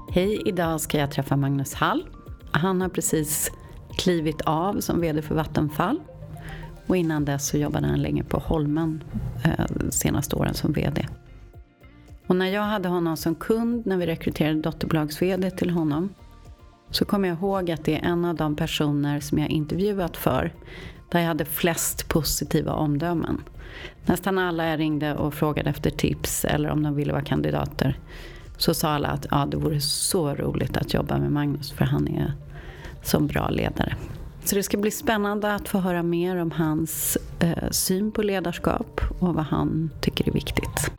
Hej, idag ska jag träffa Magnus Hall. Han har precis klivit av som vd för Vattenfall. Och innan dess så jobbade han länge på Holmen de senaste åren som vd. Och när jag hade honom som kund när vi rekryterade dotterbolags-vd till honom så kommer jag ihåg att det är en av de personer som jag intervjuat för där jag hade flest positiva omdömen. Nästan alla jag ringde och frågade efter tips eller om de ville vara kandidater så sa alla att det vore så roligt att jobba med Magnus för han är som bra ledare. Så det ska bli spännande att få höra mer om hans syn på ledarskap och vad han tycker är viktigt.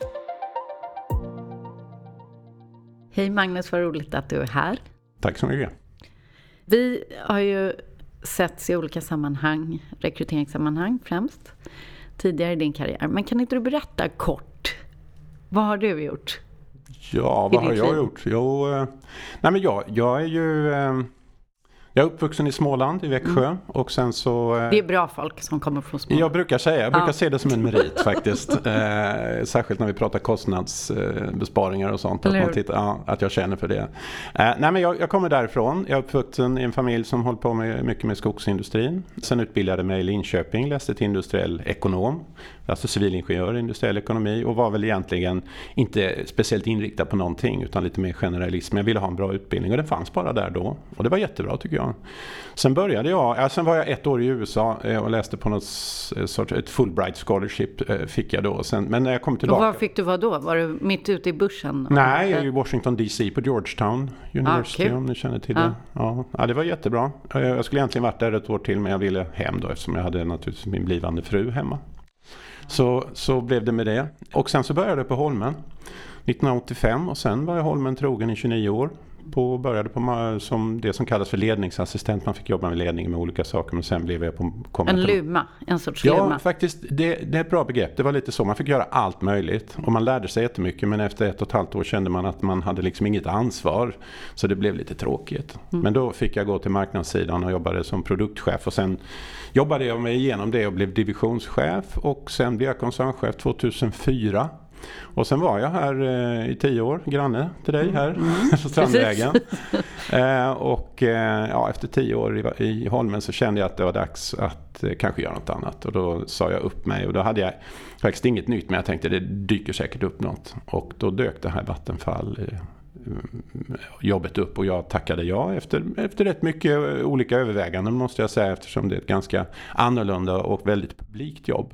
Hej Magnus, vad roligt att du är här. Tack så mycket. Vi har ju setts i olika sammanhang, rekryteringssammanhang främst, tidigare i din karriär. Men kan inte du berätta kort, vad har du gjort? Ja, vad har jag gjort? Jag är ju... Jag är uppvuxen i Småland, i Växjö. Och sen så, det är bra folk som kommer från Småland. Jag brukar se det som en merit faktiskt. Särskilt när vi pratar kostnadsbesparingar och sånt. Att, man tittar, att jag känner för det. Jag kommer därifrån. Jag är uppvuxen i en familj som håller på mycket med skogsindustrin. Sen utbildade mig i Linköping, läste till industriell ekonom. Alltså civilingenjör i industriell ekonomi. Och var väl egentligen inte speciellt inriktad på någonting utan lite mer generalism. Jag ville ha en bra utbildning och det fanns bara där då. Och det var jättebra tycker jag. Sen var jag 1 år i USA och läste på något sorts ett Fulbright scholarship fick jag då. Men när jag kom tillbaka... Och vad fick du vara då? Var du mitt ute i börsen? Nej, jag är i Washington DC på Georgetown University om ni känner till det. Ja, det var jättebra. Jag skulle egentligen varit där 1 år till men jag ville hem då eftersom jag hade naturligtvis min blivande fru hemma. Så blev det med det. Och sen så började jag på Holmen 1985 och sen var jag Holmen trogen i 29 år. Började som det som kallas för ledningsassistent. Man fick jobba med ledning med olika saker men sen blev jag en luma, en sorts luma. Ja, faktiskt. Det är ett bra begrepp. Det var lite så. Man fick göra allt möjligt och man lärde sig jättemycket men efter 1,5 år kände man att man hade liksom inget ansvar så det blev lite tråkigt. Men då fick jag gå till marknadssidan och jobbade som produktchef och sen jobbade jag mig igenom det och blev divisionschef och sen blev jag koncernchef 2004. Och sen var jag här i 10 år, granne till dig här på Strandvägen. Efter 10 år i Holmen så kände jag att det var dags att kanske göra något annat. Och då sa jag upp mig och då hade jag faktiskt inget nytt men jag tänkte det dyker säkert upp något. Och då dök det här Vattenfall jobbet upp och jag tackade ja efter rätt mycket olika överväganden måste jag säga eftersom det är ett ganska annorlunda och väldigt publikt jobb.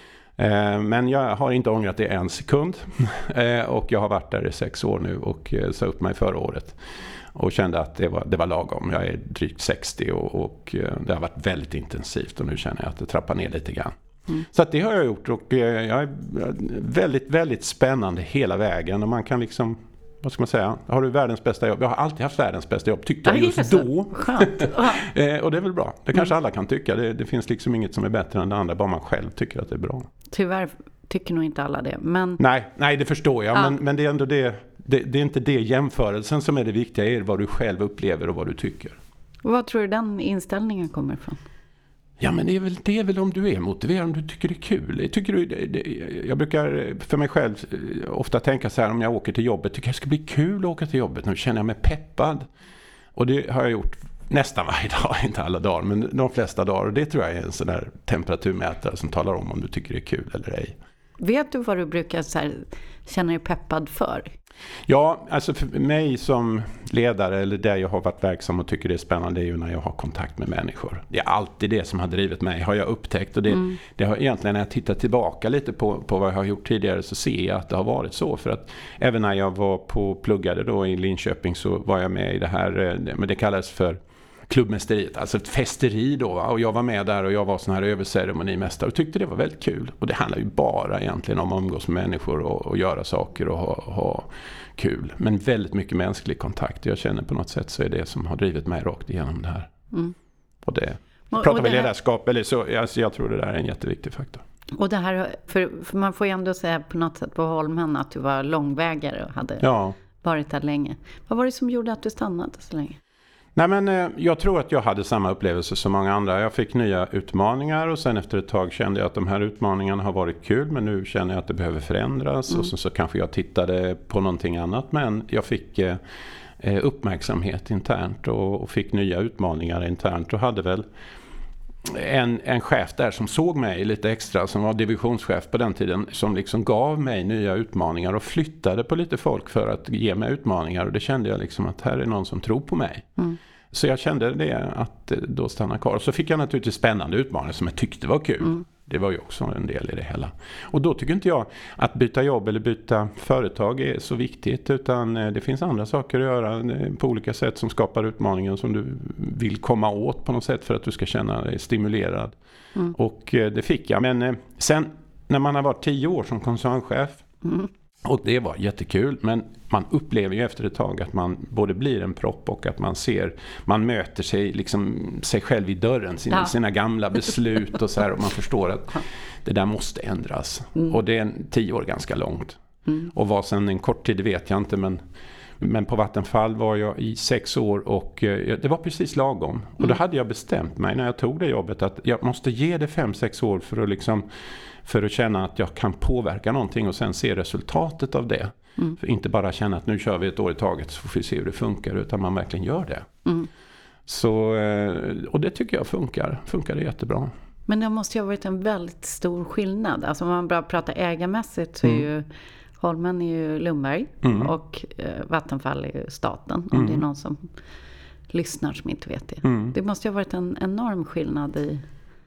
Men jag har inte ångrat det en sekund och jag har varit där i 6 år nu och sa upp mig förra året och kände att det var lagom. Jag är drygt 60 och det har varit väldigt intensivt och nu känner jag att det trappar ner lite grann. Så att det har jag gjort och jag är väldigt, väldigt spännande hela vägen och man kan liksom, vad ska man säga, har du världens bästa jobb? Jag har alltid haft världens bästa jobb, tyckte jag just då. Skönt. Och det är väl bra. Det kanske alla kan tycka. Det finns liksom inget som är bättre än det andra, bara man själv tycker att det är bra. Tyvärr tycker nog inte alla det. Men... Nej, det förstår jag. Men det är ändå det är inte det jämförelsen som är det viktiga, är vad du själv upplever och vad du tycker. Och vad tror du den inställningen kommer ifrån? Ja, men det är väl om du är motiverad, om du tycker det är kul. Jag brukar för mig själv ofta tänka så här om jag åker till jobbet. Tycker jag ska bli kul att åka till jobbet. Nu känner jag mig peppad. Och det har jag gjort nästan varje dag, inte alla dagar, men de flesta dagar. Och det tror jag är en sån där temperaturmätare som talar om du tycker det är kul eller ej. Vet du vad du brukar så här, känna dig peppad för? Ja, alltså för mig som ledare eller där jag har varit verksam och tycker det är spännande är ju när jag har kontakt med människor. Det är alltid det som har drivit mig, har jag upptäckt. Och det har egentligen, när jag tittar tillbaka lite på vad jag har gjort tidigare så ser jag att det har varit så. För att även när jag pluggade då i Linköping så var jag med i det här, men det kallas för klubbmästeriet, alltså ett festeri då, och jag var med där och jag var sån här överceremonimästare och tyckte det var väldigt kul. Och det handlar ju bara egentligen om att umgås med människor och göra saker och ha kul. Men väldigt mycket mänsklig kontakt. Jag känner på något sätt så är det som har drivit mig rakt igenom det här. Och det pratar vi ledarskap eller så, alltså jag tror det där är en jätteviktig faktor. Och det här, för man får ju ändå säga på något sätt på Holmen att du var långvägare och hade varit där länge. Vad var det som gjorde att du stannade så länge? Nej, men jag tror att jag hade samma upplevelse som många andra. Jag fick nya utmaningar och sen efter ett tag kände jag att de här utmaningarna har varit kul, men nu känner jag att det behöver förändras och så kanske jag tittade på någonting annat, men jag fick uppmärksamhet internt och fick nya utmaningar internt och hade väl en chef där som såg mig lite extra, som var divisionschef på den tiden, som liksom gav mig nya utmaningar och flyttade på lite folk för att ge mig utmaningar, och det kände jag liksom att här är någon som tror på mig. Så jag kände det, att då stanna kvar. Så fick jag naturligtvis spännande utmaningar som jag tyckte var kul. Det var ju också en del i det hela. Och då tycker inte jag att byta jobb eller byta företag är så viktigt, utan det finns andra saker att göra på olika sätt som skapar utmaningen som du vill komma åt på något sätt för att du ska känna dig stimulerad. Och det fick jag. Men sen när man har varit 10 år som koncernchef, och det var jättekul, men man upplever ju efter ett tag att man både blir en propp och att man möter sig, liksom, sig själv i dörren, sina gamla beslut och så här, och man förstår att det där måste ändras. Och det är 10 år ganska långt. Och vad sen en kort tid, det vet jag inte, men på Vattenfall var jag i 6 år och det var precis lagom. Och då hade jag bestämt mig när jag tog det jobbet att jag måste ge det 5-6 år för att känna att jag kan påverka någonting och sen se resultatet av det. För inte bara känna att nu kör vi ett år i taget så får vi se hur det funkar, utan man verkligen gör det. Så, och det tycker jag funkar det jättebra. Men det måste ju ha varit en väldigt stor skillnad. Alltså om man bara pratar ägarmässigt så är ju Holmen är ju Lundberg och Vattenfall är ju staten, om det är någon som lyssnar som inte vet det. Det måste ju ha varit en enorm skillnad i...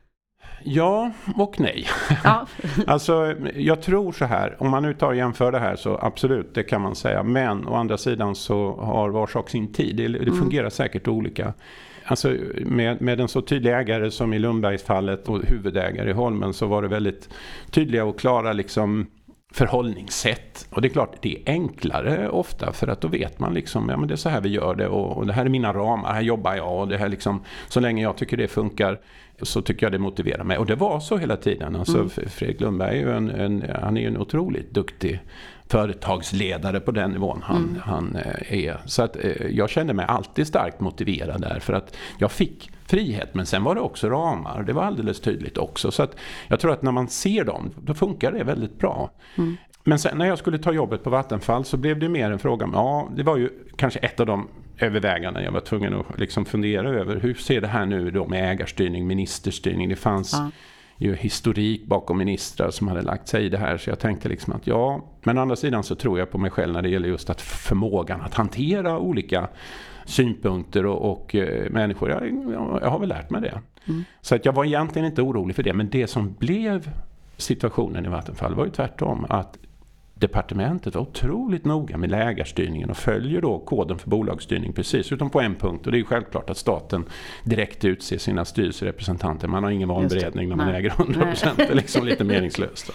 Ja och nej. Ja. Alltså jag tror så här, om man nu tar och jämför det här så absolut, det kan man säga. Men å andra sidan så har var sak sin tid. Det fungerar säkert olika. Alltså med en så tydlig ägare som i Lundbergsfallet och huvudägare i Holmen så var det väldigt tydliga och klara liksom förhållningssätt. Och det är klart, det är enklare ofta för att då vet man liksom, ja men det är så här vi gör det och det här är mina ramar, här jobbar jag och det här liksom, så länge jag tycker det funkar så tycker jag det motiverar mig. Och det var så hela tiden. Alltså Fredrik Lundberg är ju han är ju en otroligt duktig företagsledare på den nivån han är. Så att jag kände mig alltid starkt motiverad där för att jag fick frihet, men sen var det också ramar. Det var alldeles tydligt också. Så att jag tror att när man ser dem, då funkar det väldigt bra. Men sen när jag skulle ta jobbet på Vattenfall så blev det mer en fråga om, ja, det var ju kanske ett av de överväganden jag var tvungen att liksom fundera över. Hur ser det här nu då med ägarstyrning, ministerstyrning? Det fanns ju historik bakom ministrar som hade lagt sig i det här, så jag tänkte liksom att ja, men å andra sidan så tror jag på mig själv när det gäller just att förmågan att hantera olika synpunkter och människor. Jag har väl lärt mig det. Så att jag var egentligen inte orolig för det, men det som blev situationen i Vattenfall var ju tvärtom, att departementet var otroligt noga med ägarstyrningen och följer då koden för bolagsstyrning precis, utom på en punkt, och det är ju självklart att staten direkt utser sina styrelserepresentanter. Man har ingen valberedning när man äger 100%, det är liksom lite meningslöst.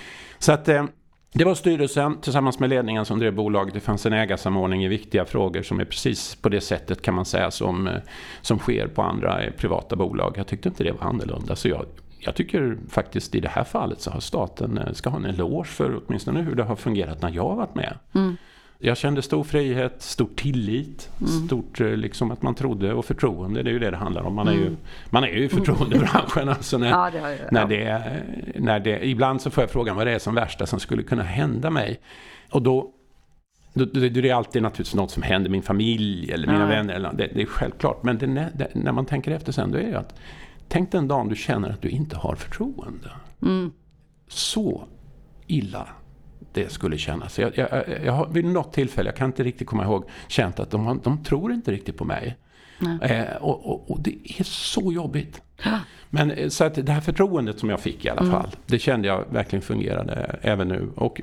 Så att det var styrelsen tillsammans med ledningen som drev bolaget. Det fanns en ägarsamordning i viktiga frågor som är precis på det sättet kan man säga som sker på andra privata bolag. Jag tyckte inte det var annorlunda, så jag tycker faktiskt i det här fallet så har staten ska ha en eloge för åtminstone hur det har fungerat när jag har varit med. Jag kände stor frihet, stor tillit, stort liksom att man trodde och förtroende, det är ju det handlar om. Man är ju i förtroendebranschen alltså när det ibland så får jag frågan vad det är som värsta som skulle kunna hända mig. Och då det är alltid naturligtvis något som händer min familj eller mina vänner eller det är självklart, men när man tänker efter sen då är det att tänk den dagen du känner att du inte har förtroende. Så illa det skulle kännas. Jag har vid något tillfälle, jag kan inte riktigt komma ihåg, känt att de tror inte riktigt på mig. Och det är så jobbigt. Men så att det här förtroendet som jag fick i alla fall, det kände jag verkligen fungerade även nu. Och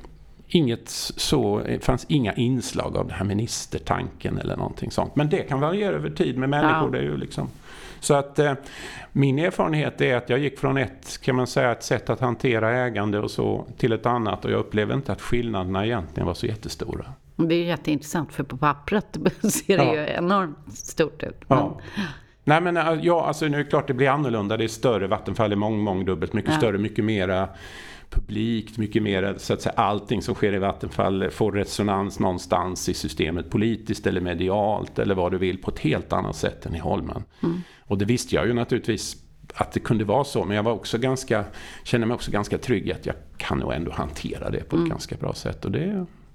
det fanns inga inslag av det här ministertanken eller någonting sånt. Men det kan variera över tid med människor. Det är ju liksom. Så att min erfarenhet är att jag gick från ett sätt att hantera ägande och så till ett annat, och jag upplevde inte att skillnaderna egentligen var så jättestora. Det är jätteintressant, för på pappret ser det ju enormt stort ut. Men... Nej men alltså nu är det klart det blir annorlunda, det är större, Vattenfall är mångdubbelt mycket större, mycket mera publikt, mycket mer så att säga, allting som sker i Vattenfall får resonans någonstans i systemet, politiskt eller medialt eller vad du vill, på ett helt annat sätt än i Holmen. Och det visste jag ju naturligtvis att det kunde vara så, men jag var också kände mig också ganska trygg att jag kan nog ändå hantera det på ett ganska bra sätt, och det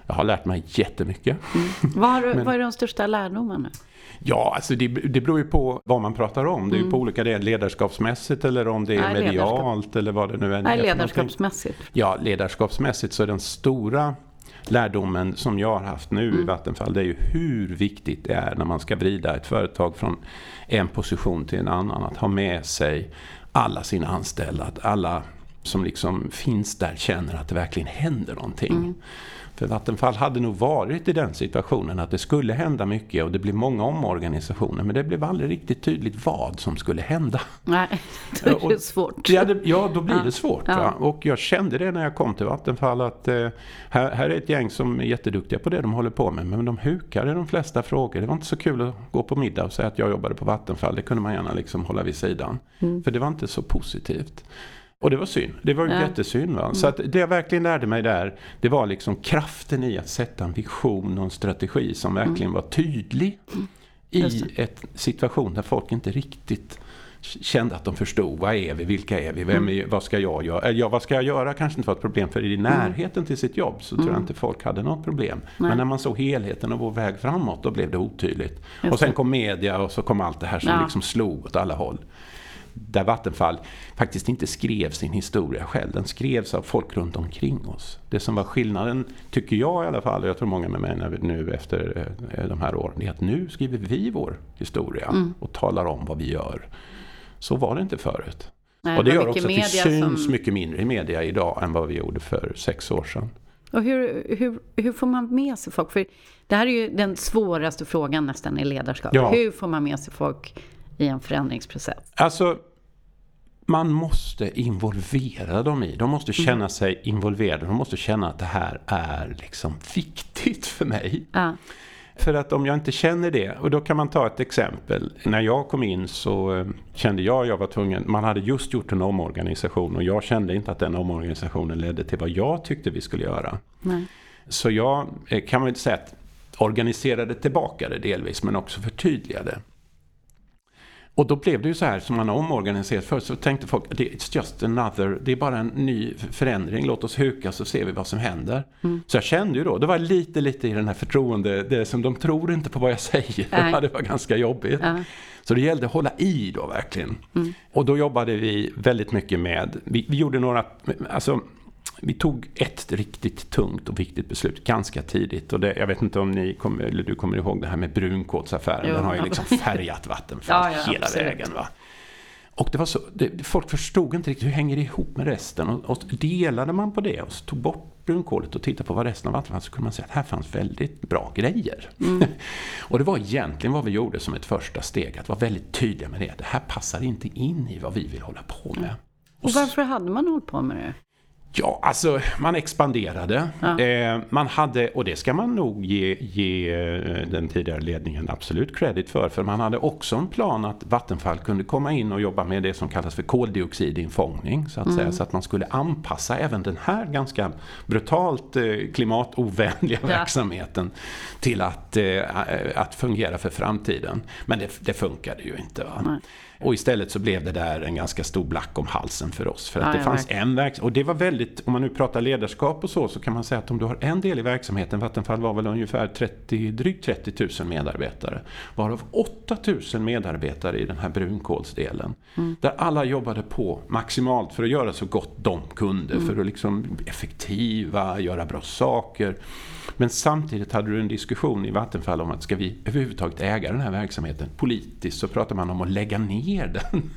Jag har lärt mig jättemycket. Vad är de största lärdomarna? Ja, alltså det beror ju på vad man pratar om. Det är ju på olika delar, ledarskapsmässigt eller om det är medialt eller vad det nu är. Nej, ledarskapsmässigt. Ja, ledarskapsmässigt så är den stora lärdomen som jag har haft nu i Vattenfall, det är ju hur viktigt det är när man ska vrida ett företag från en position till en annan, att ha med sig alla sina anställda, att alla som liksom finns där känner att det verkligen händer någonting. För Vattenfall hade nog varit i den situationen att det skulle hända mycket och det blev många omorganisationer, men det blev aldrig riktigt tydligt vad som skulle hända. Nej, det är svårt. Ja, då blir det svårt. Ja. Va? Och jag kände det när jag kom till Vattenfall att här är ett gäng som är jätteduktiga på det de håller på med, men de hukar i de flesta frågor. Det var inte så kul att gå på middag och säga att jag jobbade på Vattenfall. Det kunde man gärna liksom hålla vid sidan. För det var inte så positivt. Och det var synd. Det var ju jättesynd. Va? Så att det jag verkligen lärde mig där, det var liksom kraften i att sätta en vision och en strategi som verkligen var tydlig i en situation där folk inte riktigt kände att de förstod. Vad är vi? Vilka är vi? Vad ska jag göra? Ja, vad ska jag göra? Kanske inte var ett problem, för i närheten till sitt jobb så tror jag inte folk hade något problem. Nej. Men när man såg helheten och vår väg framåt, då blev det otydligt. Och sen kom media och så kom allt det här som liksom slog åt alla håll. Där Vattenfall faktiskt inte skrev sin historia själv. Den skrevs av folk runt omkring oss. Det som var skillnaden, tycker jag i alla fall, och jag tror många med mig nu efter de här åren, är att nu skriver vi vår historia och talar om vad vi gör. Så var det inte förut. Nej, och det gör också att vi syns mycket mindre i media idag än vad vi gjorde för 6 år sedan. Och hur får man med sig folk? För det här är ju den svåraste frågan nästan i ledarskap. Ja. Hur får man med sig folk i en förändringsprocess? Alltså, man måste involvera dem i. De måste känna sig involverade. De måste känna att det här är liksom viktigt för mig. Ja. För att om jag inte känner det, och då kan man ta ett exempel. När jag kom in så kände jag var tvungen, man hade just gjort en omorganisation och jag kände inte att den omorganisationen ledde till vad jag tyckte vi skulle göra. Nej. Så jag kan man inte säga att organiserade tillbaka det delvis, men också förtydligade. Och då blev det ju så här som man har omorganiserat först, så tänkte folk it's just another, det är bara en ny förändring, låt oss huka så ser vi vad som händer. Så jag kände ju då, det var lite i den här förtroende, det som de tror inte på vad jag säger. Det var ganska jobbigt. Så det gällde att hålla i då verkligen. Och då jobbade vi väldigt mycket med, vi gjorde några, alltså vi tog ett riktigt tungt och viktigt beslut ganska tidigt. Och det, jag vet inte om du kommer ihåg det här med brunkolsaffären. Den har ju liksom färgat Vattenfall hela vägen. Va? Och det var så, folk förstod inte riktigt hur hänger det ihop med resten. Och delade man på det och så tog bort brunkolet och tittade på vad resten av Vattenfall, så kunde man säga att här fanns väldigt bra grejer. Och det var egentligen vad vi gjorde som ett första steg. Att vara väldigt tydliga med det. Det här passar inte in i vad vi vill hålla på med. Och varför hade man hållit på med det? Ja, alltså man expanderade. Man hade, och det ska man nog ge den tidigare ledningen absolut credit för man hade också en plan att Vattenfall kunde komma in och jobba med det som kallas för koldioxidinfångning, så att säga, så att man skulle anpassa även den här ganska brutalt klimatovänliga verksamheten till att fungera för framtiden. Men det funkade ju inte, va? Nej. Och istället så blev det där en ganska stor black om halsen för oss. För att det fanns en verksamhet. Och det var väldigt, om man nu pratar ledarskap och så kan man säga att om du har en del i verksamheten, Vattenfall var väl ungefär drygt 30 000 medarbetare. Varav 8 000 medarbetare i den här brunkolsdelen. Där alla jobbade på maximalt för att göra så gott de kunde. För att liksom bli effektiva, göra bra saker. Men samtidigt hade du en diskussion i Vattenfall om att ska vi överhuvudtaget äga den här verksamheten politiskt, så pratar man om att lägga ner den.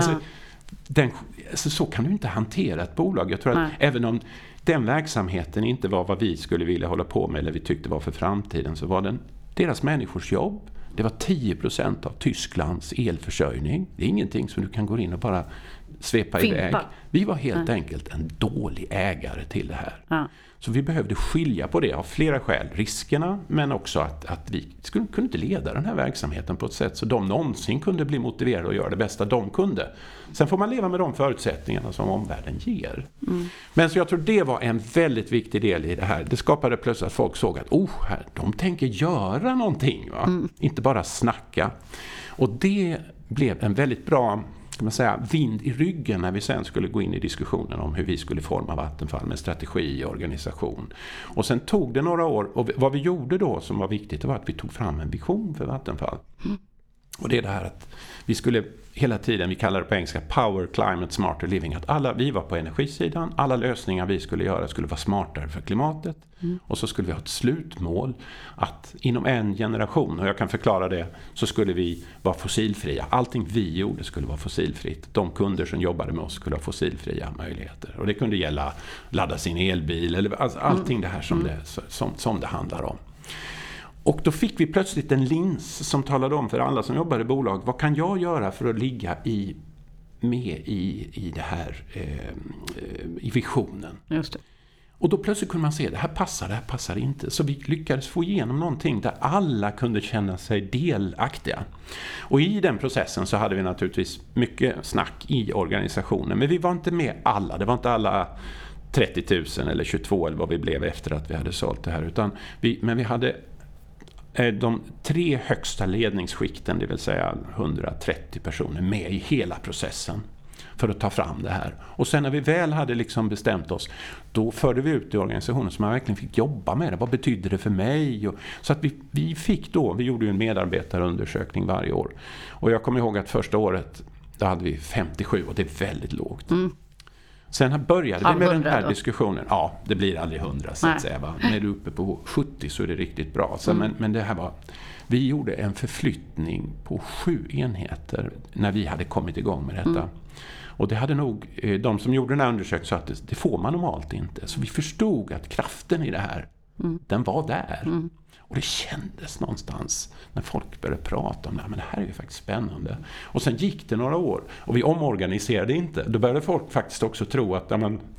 Alltså, så kan du inte hantera ett bolag. Jag tror att även om den verksamheten inte var vad vi skulle vilja hålla på med eller vi tyckte var för framtiden, så var den deras människors jobb. Det var 10% av Tysklands elförsörjning. Det är ingenting som du kan gå in och bara svepa iväg. Vi var helt enkelt en dålig ägare till det här. Så vi behövde skilja på det av flera skäl. Riskerna, men också att vi kunde inte leda den här verksamheten på ett sätt så de någonsin kunde bli motiverade att göra det bästa de kunde. Sen får man leva med de förutsättningarna som omvärlden ger. Men så jag tror det var en väldigt viktig del i det här. Det skapade plötsligt att folk såg att de tänker göra någonting. Va? Inte bara snacka. Och det blev en väldigt bra ska man säga, vind i ryggen när vi sen skulle gå in i diskussionen om hur vi skulle forma Vattenfall med strategi och organisation. Och sen tog det några år, och vad vi gjorde då som var viktigt var att vi tog fram en vision för Vattenfall. Och det är det här att vi skulle hela tiden, vi kallar det på engelska Power, Climate, Smarter Living, att vi var på energisidan, alla lösningar vi skulle göra skulle vara smartare för klimatet. Och så skulle vi ha ett slutmål att inom en generation, och jag kan förklara det, så skulle vi vara fossilfria. Allting vi gjorde skulle vara fossilfritt. De kunder som jobbade med oss skulle ha fossilfria möjligheter. Och det kunde gälla ladda sin elbil eller alltså allting det här som det handlar om. Och då fick vi plötsligt en lins som talade om för alla som jobbar i bolag, vad kan jag göra för att ligga med i det här i visionen. Just det. Och då plötsligt kunde man se, det här passar inte. Så vi lyckades få igenom någonting där alla kunde känna sig delaktiga. Och i den processen så hade vi naturligtvis mycket snack i organisationen. Men vi var inte med alla. Det var inte alla 30 000 eller 22 eller vad vi blev efter att vi hade sålt det här. Men vi hade de 3 högsta ledningsskikten, det vill säga 130 personer med i hela processen för att ta fram det här. Och sen när vi väl hade liksom bestämt oss, då förde vi ut i organisationen så man verkligen fick jobba med det. Vad betydde det för mig? Så att vi gjorde ju en medarbetarundersökning varje år. Och jag kommer ihåg att första året, då hade vi 57 och det är väldigt lågt. Sen började vi med den här diskussionen. Ja, det blir aldrig 100 så att säga. Va? När du är uppe på 70 så är det riktigt bra. Så, men det här var... Vi gjorde en förflyttning på 7 enheter när vi hade kommit igång med detta. Och det hade nog... De som gjorde den här undersökningen sa att det får man normalt inte. Så vi förstod att kraften i det här, den var där. Och det kändes någonstans när folk började prata om det här. Men det här är ju faktiskt spännande. Och sen gick det några år och vi omorganiserade inte. Då började folk faktiskt också tro att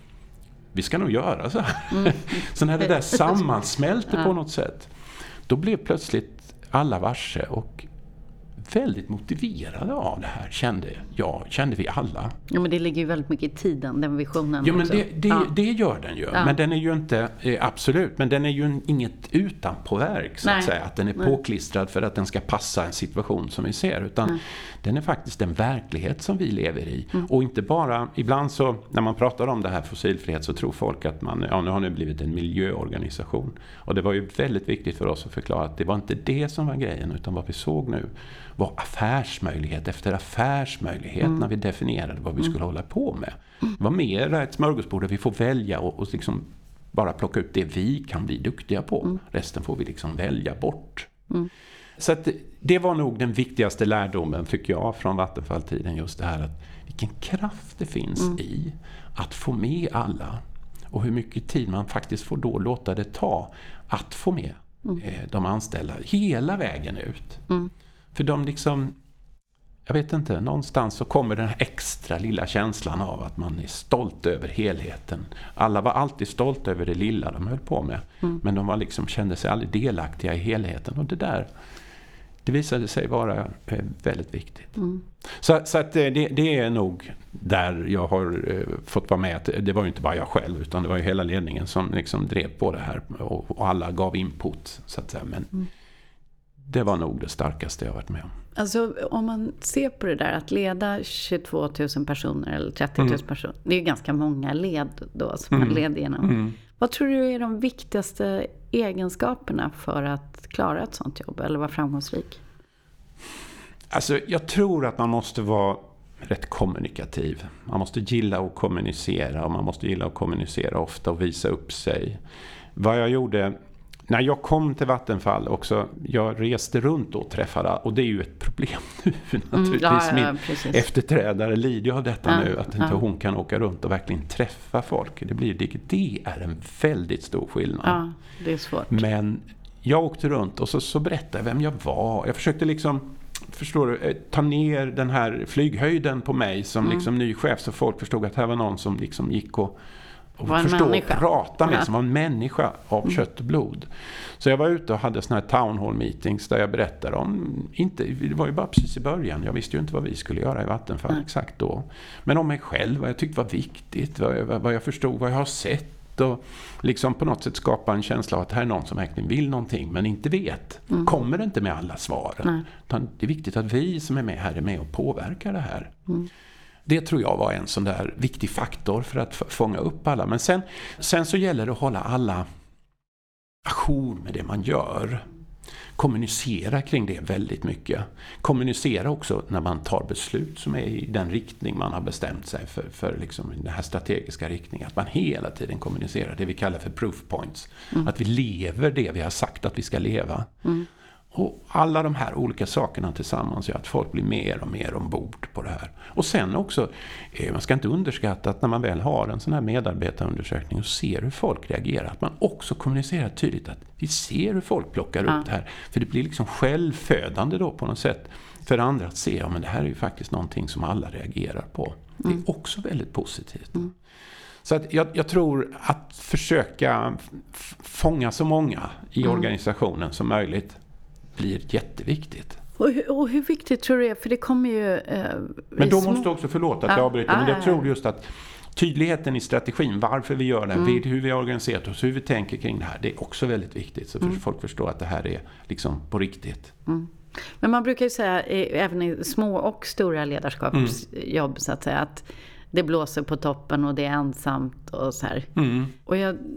vi ska nog göra så här. Så när det där sammansmälte på något sätt, då blev plötsligt alla varse och väldigt motiverade av det här, kände vi alla. Ja, men det ligger ju väldigt mycket i tiden, den visionen. Ja, men det gör den ju. Ja. Men den är ju inte, absolut, men den är ju inget utanpåverk så att säga. Att den är påklistrad för att den ska passa en situation som vi ser. Utan den är faktiskt den verklighet som vi lever i. Och inte bara, ibland så, när man pratar om det här fossilfrihet så tror folk att nu har det blivit en miljöorganisation. Och det var ju väldigt viktigt för oss att förklara att det var inte det som var grejen, utan vad vi såg nu var affärsmöjlighet efter affärsmöjlighet när vi definierade vad vi skulle hålla på med. Det var mer ett smörgåsbord där vi får välja och liksom bara plocka ut det vi kan bli duktiga på. Resten får vi liksom välja bort. Så att det var nog den viktigaste lärdomen, tycker jag, från Vattenfall-tiden. Just det här att vilken kraft det finns i att få med alla. Och hur mycket tid man faktiskt får då låta det ta att få med de anställda hela vägen ut. För de liksom, jag vet inte, någonstans så kommer den här extra lilla känslan av att man är stolt över helheten. Alla var alltid stolta över det lilla de höll på med. Men de var liksom, kände sig aldrig delaktiga i helheten. Och det visade sig vara väldigt viktigt. Så att det är nog där jag har fått vara med. Det var ju inte bara jag själv, utan det var ju hela ledningen som liksom drev på det här. Och alla gav input, så att säga. Men det var nog det starkaste jag varit med om. Alltså om man ser på det där att leda 22 000 personer eller 30 000 personer. Det är ju ganska många led då som man leder genom. Vad tror du är de viktigaste egenskaperna för att klara ett sånt jobb eller vara framgångsrik? Alltså jag tror att man måste vara rätt kommunikativ. Man måste gilla att kommunicera, och man måste gilla att kommunicera ofta och visa upp sig. Vad jag gjorde när jag kom till Vattenfall också, jag reste runt och träffade, och det är ju ett problem nu naturligtvis. Min efterträdare lider av detta nu, att inte hon kan åka runt och verkligen träffa folk. Det är en väldigt stor skillnad. Ja, det är svårt. Men jag åkte runt och så berättade jag vem jag var. Jag försökte liksom, förstår du, ta ner den här flyghöjden på mig som liksom ny chef, så folk förstod att här var någon som liksom gick och förstå och prata med, som var en människa av kött och blod. Så jag var ute och hade såna här town hall meetings där jag berättade om, det var ju bara precis i början, jag visste ju inte vad vi skulle göra i Vattenfall exakt då, men om mig själv, vad jag tyckte var viktigt, vad jag förstod, vad jag har sett, och liksom på något sätt skapa en känsla av att här är någon som verkligen vill någonting men inte vet, kommer inte med alla svaren. Det är viktigt att vi som är med här är med och påverkar det här. Det tror jag var en sån där viktig faktor för att fånga upp alla. Men sen så gäller det att hålla alla ajour med det man gör. Kommunicera kring det väldigt mycket. Kommunicera också när man tar beslut som är i den riktning man har bestämt sig för liksom den här strategiska riktningen. Att man hela tiden kommunicerar det vi kallar för proof points. Att vi lever det vi har sagt att vi ska leva. Och alla de här olika sakerna tillsammans gör att folk blir mer och mer ombord på det här. Och sen också, man ska inte underskatta att när man väl har en sån här medarbetarundersökning och ser hur folk reagerar, att man också kommunicerar tydligt att vi ser hur folk plockar upp det här. För det blir liksom självfödande då på något sätt för andra att se, ja men det här är ju faktiskt någonting som alla reagerar på. Det är också väldigt positivt. Så att jag tror att försöka fånga så många i organisationen som möjligt blir jätteviktigt. Och hur viktigt tror du det är? För det kommer ju... men då måste också, förlåt att jag avbryter, men jag tror just att tydligheten i strategin, varför vi gör det, hur vi har organiserat oss, hur vi tänker kring det här, det är också väldigt viktigt. Så folk förstår att det här är liksom på riktigt. Men man brukar ju säga, även i små och stora ledarskapsjobb så att säga, att det blåser på toppen och det är ensamt och så här. Och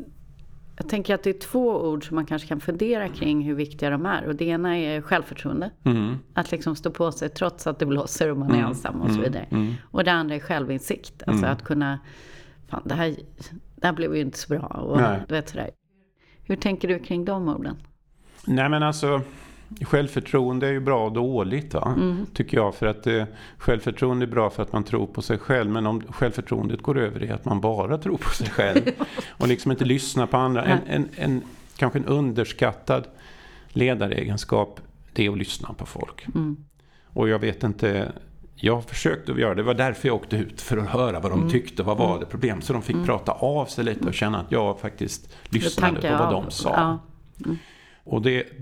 jag tänker att det är 2 ord som man kanske kan fundera kring hur viktiga de är. Och det ena är självförtroende. Att liksom stå på sig trots att det blåser och man är ensam och så vidare. Och det andra är självinsikt. Alltså att kunna, fan det här blev ju inte så bra. Och du vet sådär. Hur tänker du kring de orden? Nej men alltså, självförtroende är ju bra och dåligt va? Tycker jag, för att självförtroende är bra för att man tror på sig själv, men om självförtroendet går över i att man bara tror på sig själv och liksom inte lyssnar på andra, kanske en underskattad ledaregenskap, det är att lyssna på folk. Och jag vet inte, jag försökte att göra det, var därför jag åkte ut för att höra vad de tyckte, vad var det problem, så de fick prata av sig lite och känna att jag faktiskt lyssnade på vad de sa. Och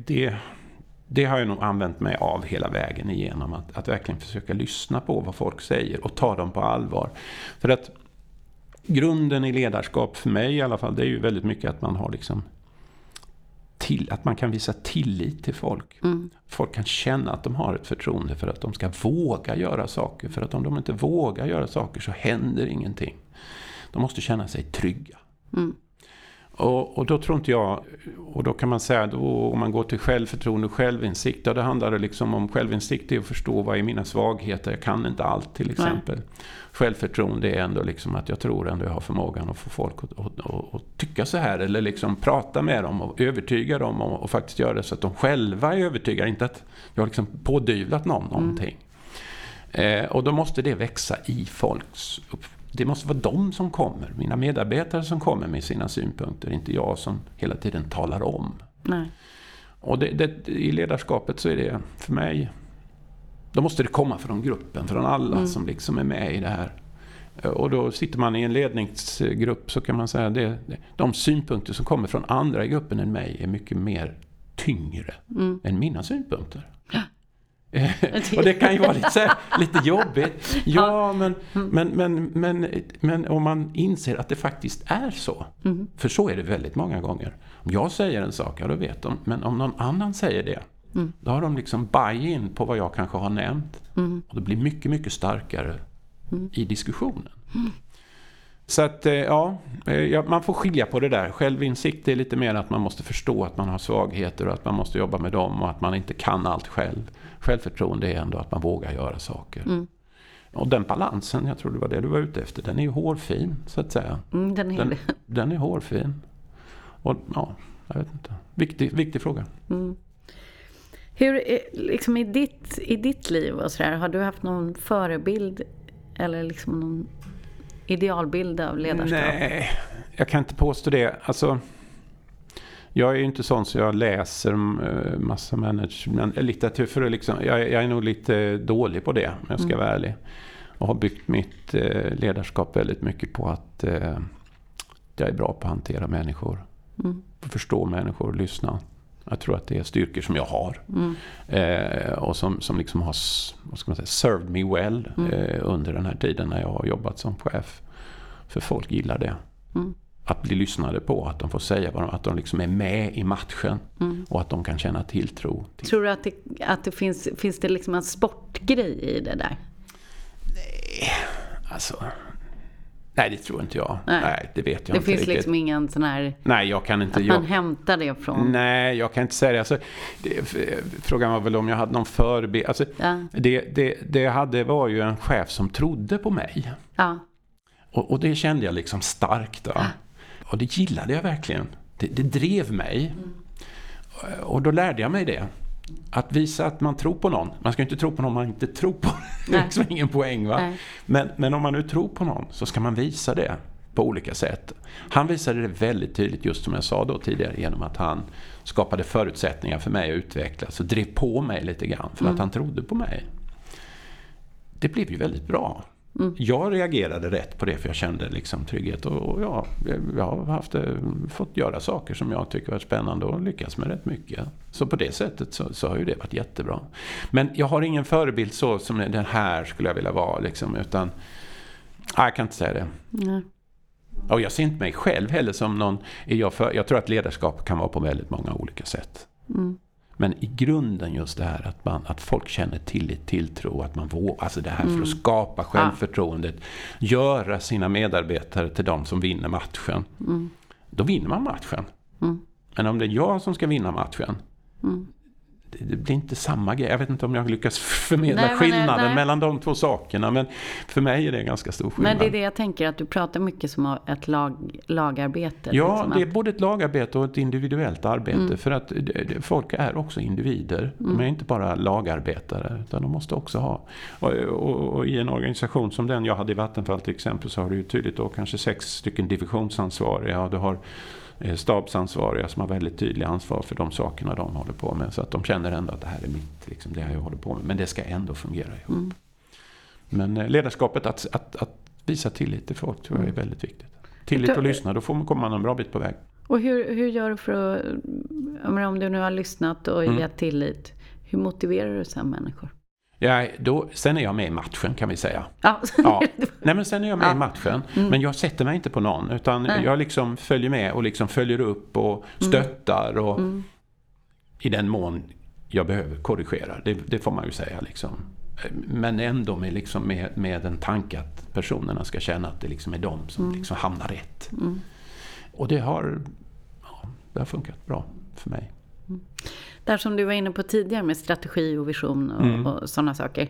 det har jag nog använt mig av hela vägen igenom. Att verkligen försöka lyssna på vad folk säger och ta dem på allvar. För att grunden i ledarskap för mig i alla fall, det är ju väldigt mycket att man har liksom att man kan visa tillit till folk. Folk kan känna att de har ett förtroende för att de ska våga göra saker. För att om de inte vågar göra saker så händer ingenting. De måste känna sig trygga. Och då tror inte jag, och då kan man säga då, om man går till självförtroende och självinsikt, då handlar det liksom om självinsikt är att förstå vad är mina svagheter, jag kan inte allt till exempel. Självförtroende är ändå liksom att jag tror ändå jag har förmågan att få folk att tycka så här, eller liksom prata med dem och övertyga dem och faktiskt göra det så att de själva är övertygade, inte att jag har liksom pådyvlat någonting. Och då måste det växa i folks det måste vara de som kommer, mina medarbetare som kommer med sina synpunkter, inte jag som hela tiden talar om. Nej. Och i ledarskapet så är det för mig, då måste det komma från gruppen, från alla som liksom är med i det här. Och då sitter man i en ledningsgrupp, så kan man säga de synpunkter som kommer från andra i gruppen än mig är mycket mer tyngre än mina synpunkter. Och det kan ju vara lite jobbigt. Ja, men om man inser att det faktiskt är så. För så är det väldigt många gånger. Om jag säger en sak, ja, då vet de. Men om någon annan säger det, då har de liksom buy-in på vad jag kanske har nämnt. Och det blir mycket, mycket starkare i diskussionen. Så att man får skilja på det där. Självinsikt är lite mer att man måste förstå att man har svagheter och att man måste jobba med dem och att man inte kan allt själv. Självförtroende är ändå att man vågar göra saker. Och den balansen, jag tror det var det du var ute efter, den är ju hårfin så att säga. Den är hårfin. Och ja, jag vet inte. Viktig fråga. Hur, liksom i ditt liv och så där, har du haft någon förebild eller liksom någon idealbild av ledarskap? Nej, jag kan inte påstå det. Alltså, jag är ju inte sån så jag läser massa litteratur för liksom, jag är nog lite dålig på det, om jag ska vara ärlig. Och har byggt mitt ledarskap väldigt mycket på att jag är bra på att hantera människor. Förstå människor, lyssna. Jag tror att det är styrkor som jag har. Och som liksom har, vad ska man säga, served me well under den här tiden när jag har jobbat som chef. För folk gillar det. Att bli lyssnade på, att de får säga att de liksom är med i matchen och att de kan känna tilltro. Tror du att det finns det liksom en sportgrej i det där? Nej, Alltså, nej, det tror inte jag. Nej, det vet jag det inte finns riktigt. Liksom ingen sån här... Nej, jag kan inte... Att man hämtar det från... Nej, jag kan inte säga det. Alltså, frågan var väl om jag hade någon förebild. Alltså, det jag hade var ju en chef som trodde på mig. Ja. Och det kände jag liksom starkt. Då. Och det gillade jag verkligen. Det drev mig. Och då lärde jag mig det. Att visa att man tror på någon. Man ska inte tro på någon man inte tror på. Det är liksom ingen poäng, va? Men om man nu tror på någon så ska man visa det på olika sätt. Han visade det väldigt tydligt, just som jag sa då tidigare, genom att han skapade förutsättningar för mig att utvecklas och drev på mig lite grann för att han trodde på mig. Det blev ju väldigt bra. Jag reagerade rätt på det, för jag kände liksom trygghet, och jag har fått göra saker som jag tycker var spännande och lyckas med rätt mycket. Så på det sättet så har ju det varit jättebra. Men jag har ingen förebild så som den här skulle jag vilja vara liksom, utan jag kan inte säga det. Och jag ser inte mig själv heller som någon... Jag tror att ledarskap kan vara på väldigt många olika sätt. Men i grunden just det här att folk känner tilltro, att man vågar, alltså det här för att skapa självförtroendet, göra sina medarbetare till de som vinner matchen. Då vinner man matchen. Men om det är jag som ska vinna matchen, det blir inte samma grej. Jag vet inte om jag lyckas förmedla skillnaden mellan de två sakerna, men för mig är det en ganska stor skillnad. Men det är det jag tänker, att du pratar mycket som ett lagarbete. Ja, liksom det är både ett lagarbete och ett individuellt arbete, för att folk är också individer. De är inte bara lagarbetare, utan de måste också ha. Och i en organisation som den jag hade i Vattenfall till exempel, så har du ju tydligt då kanske 6 stycken divisionsansvariga, och du har stabsansvariga som har väldigt tydliga ansvar för de sakerna de håller på med, så att de känner ändå att det här är mitt, liksom, det jag håller på med, men det ska ändå fungera ihop. Men ledarskapet, att visa tillit till folk, tror jag är väldigt viktigt. Tillit och lyssna, då kommer man en bra bit på väg. Och hur gör du för att, om du nu har lyssnat och gett tillit, hur motiverar du sen människor? Ja, sen är jag med i matchen, kan vi säga. Ja. Nej, men sen är jag med i matchen. Men jag sätter mig inte på någon, utan jag liksom följer med och liksom följer upp och stöttar och i den mån jag behöver korrigera. Det får man ju säga liksom. Men ändå med en tanke att personerna ska känna att det liksom är de som liksom hamnar rätt. Och det har funkat bra för mig. Där som du var inne på tidigare med strategi och vision och sådana saker.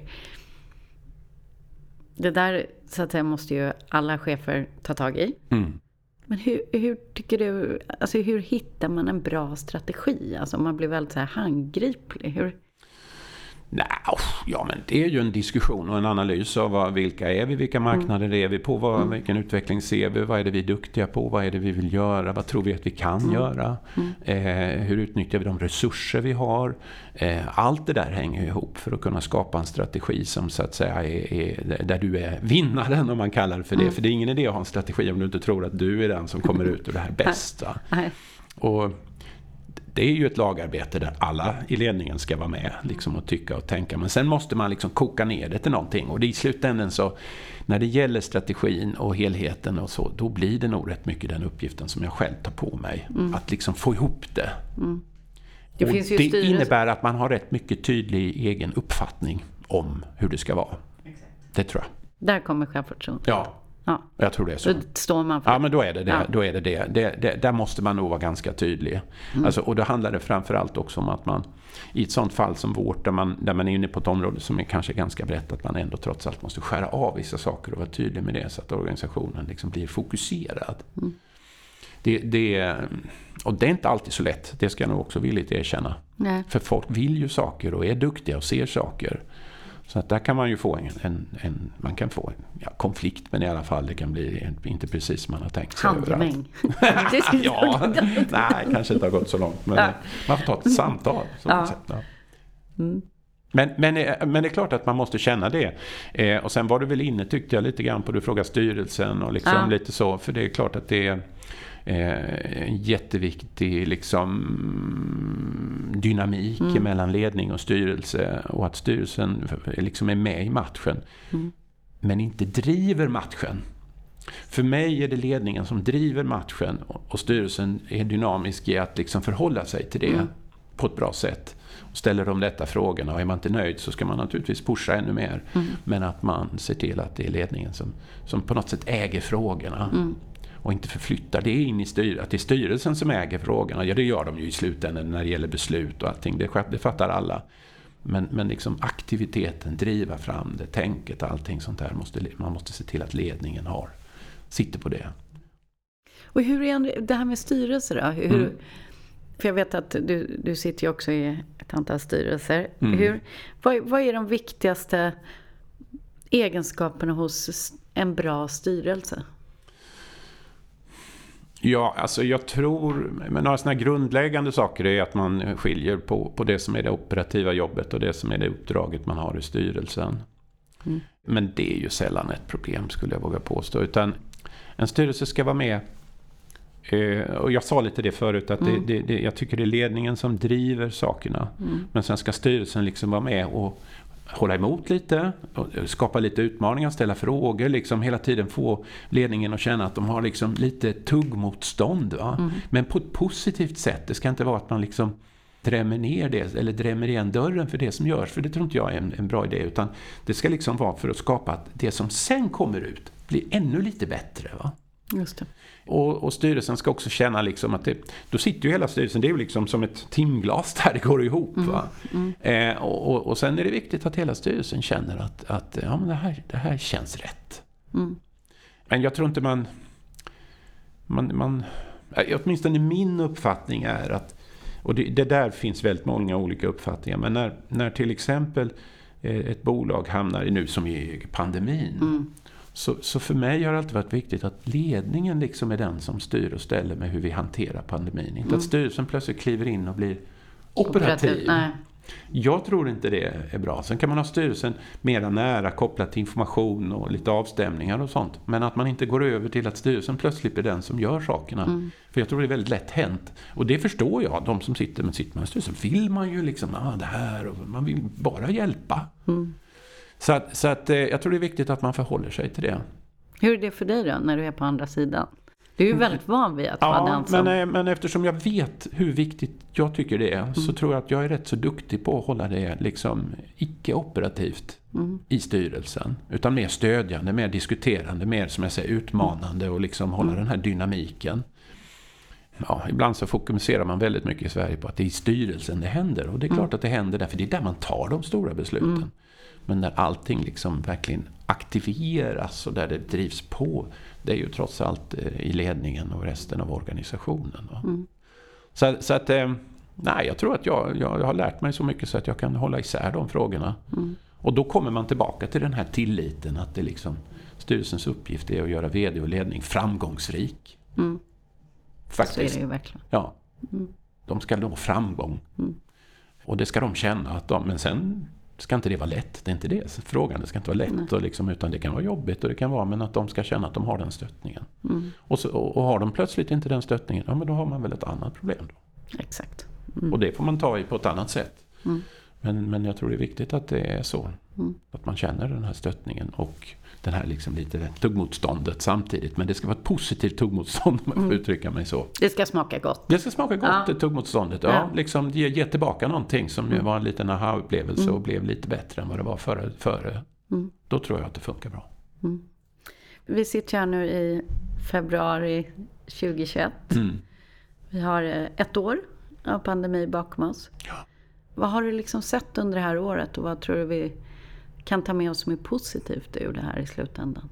Det där, så att säga, måste ju alla chefer ta tag i. Men hur tycker du, alltså hur hittar man en bra strategi? Alltså man blir väldigt så här handgriplig. Ja, men det är ju en diskussion och en analys av vilka är vi, vilka marknader är vi på, vilken utveckling ser vi, vad är det vi är duktiga på, vad är det vi vill göra, vad tror vi att vi kan göra, hur utnyttjar vi de resurser vi har. Allt det där hänger ihop för att kunna skapa en strategi som så att säga är där du är vinnaren, om man kallar det för det. För det är ingen idé att ha en strategi om du inte tror att du är den som kommer ut ur det här bästa. Och det är ju ett lagarbete där alla i ledningen ska vara med liksom, och tycka och tänka. Men sen måste man liksom koka ner det till någonting. Och det i slutändan så, när det gäller strategin och helheten och så, då blir det nog rätt mycket den uppgiften som jag själv tar på mig. Att liksom få ihop det. Det, och finns ju det innebär att man har rätt mycket tydlig egen uppfattning om hur det ska vara. Exakt. Det tror jag. Där kommer självförtroende. Ja. Jag tror det är så. Då står man för ja, men då är det det. Ja. Då är det. Där måste man nog vara ganska tydlig. Alltså, och då handlar det framförallt också om att man i ett sånt fall som vårt, där man är inne på ett område som är kanske ganska brett, att man ändå trots allt måste skära av vissa saker och vara tydlig med det, så att organisationen liksom blir fokuserad. Och det är inte alltid så lätt. Det ska jag nog också villigt erkänna. Nej. För folk vill ju saker och är duktiga och ser saker. Så att där kan man ju få man kan få en konflikt, men i alla fall det kan bli inte precis som man har tänkt sig. Handgemäng. Nej, kanske inte har gått så långt. Men man får ta ett samtal. Men det är klart att man måste känna det. Och sen var du väl inne, tyckte jag, lite grann på, du frågar styrelsen och liksom lite så. För det är klart att det är en jätteviktig liksom dynamik mellan ledning och styrelse, och att styrelsen liksom är med i matchen men inte driver matchen. För mig är det ledningen som driver matchen, och styrelsen är dynamisk i att liksom förhålla sig till det på ett bra sätt. Och ställer de detta frågorna och är man inte nöjd så ska man naturligtvis pusha ännu mer. Men att man ser till att det är ledningen som på något sätt äger frågorna. Och inte förflyttar det in i att det är styrelsen som äger frågorna. Ja, det gör de ju i slutändan när det gäller beslut och allting. Det fattar alla. Men liksom aktiviteten, driva fram det, tänket, allting sånt där. Man måste se till att ledningen sitter på det. Och hur är det här med styrelser då? För jag vet att du sitter ju också i ett antal styrelser. Vad är de viktigaste egenskaperna hos en bra styrelse? Ja, alltså jag tror, men några sådana grundläggande saker är att man skiljer på det som är det operativa jobbet och det som är det uppdraget man har i styrelsen. Men det är ju sällan ett problem, skulle jag våga påstå. Utan en styrelse ska vara med, och jag sa lite det förut, att jag tycker det är ledningen som driver sakerna. Men sen ska styrelsen liksom vara med och hålla emot lite, skapa lite utmaningar, ställa frågor, liksom hela tiden få ledningen att känna att de har liksom lite tuggmotstånd, va? Men på ett positivt sätt. Det ska inte vara att man liksom drämmer ner det eller drämmer igen dörren för det som görs, för det tror inte jag är en bra idé, utan det ska liksom vara för att skapa att det som sen kommer ut blir ännu lite bättre, va? Just det. Och styrelsen ska också känna liksom att då sitter ju hela styrelsen, det är ju liksom som ett timglas där det går ihop, va? Och sen är det viktigt att hela styrelsen känner att ja, men det här känns rätt. Men jag tror inte man åtminstone min uppfattning är att, och det där finns väldigt många olika uppfattningar, men när till exempel ett bolag hamnar i, nu som i pandemin, så för mig har det alltid varit viktigt att ledningen liksom är den som styr och ställer med hur vi hanterar pandemin. Inte att styrelsen plötsligt kliver in och blir operativ. Nej. Jag tror inte det är bra. Sen kan man ha styrelsen mera nära kopplat till information och lite avstämningar och sånt. Men att man inte går över till att styrelsen plötsligt är den som gör sakerna. För jag tror det är väldigt lätt hänt. Och det förstår jag. De som sitter med styrelsen vill man ju liksom, det här, och man vill bara hjälpa. Så att jag tror det är viktigt att man förhåller sig till det. Hur är det för dig då när du är på andra sidan? Du är ju väldigt van vid att vara den som... men eftersom jag vet hur viktigt jag tycker det är, så tror jag att jag är rätt så duktig på att hålla det liksom icke-operativt i styrelsen. Utan mer stödjande, mer diskuterande, mer som jag säger utmanande och liksom hålla den här dynamiken. Ja, ibland så fokuserar man väldigt mycket i Sverige på att det är i styrelsen det händer. Och det är klart att det händer där, för det är där man tar de stora besluten. Men när allting liksom verkligen aktiveras och där det drivs på, det är ju trots allt i ledningen och resten av organisationen. Så att, nej, jag tror att jag har lärt mig så mycket så att jag kan hålla isär de frågorna. Och då kommer man tillbaka till den här tilliten att det liksom, styrelsens uppgift är att göra vd och ledning framgångsrik. Faktiskt. Så är det ju verkligen. Ja, de ska nå framgång. Och det ska de känna att men sen ska inte det vara lätt, det är inte det frågan, det ska inte vara lätt och liksom, utan det kan vara jobbigt och det kan vara, men att de ska känna att de har den stöttningen. Och har de plötsligt inte den stöttningen, ja, men då har man väl ett annat problem då. Exakt. Och det får man ta i på ett annat sätt. Men jag tror det är viktigt att det är så. Att man känner den här stöttningen och den här liksom lite tuggmotståndet samtidigt. Men det ska vara ett positivt tuggmotstånd, om jag får uttrycka mig så. Det ska smaka gott. Det ska smaka gott, det tuggmotståndet. Ja, liksom ge tillbaka någonting som var en liten aha-upplevelse och blev lite bättre än vad det var före. Då tror jag att det funkar bra. Vi sitter här nu i februari 2021. Vi har ett år av pandemi bakom oss. Ja. Vad har du liksom sett under det här året och vad tror du vi kan ta med oss som är positivt ur det här i slutändan?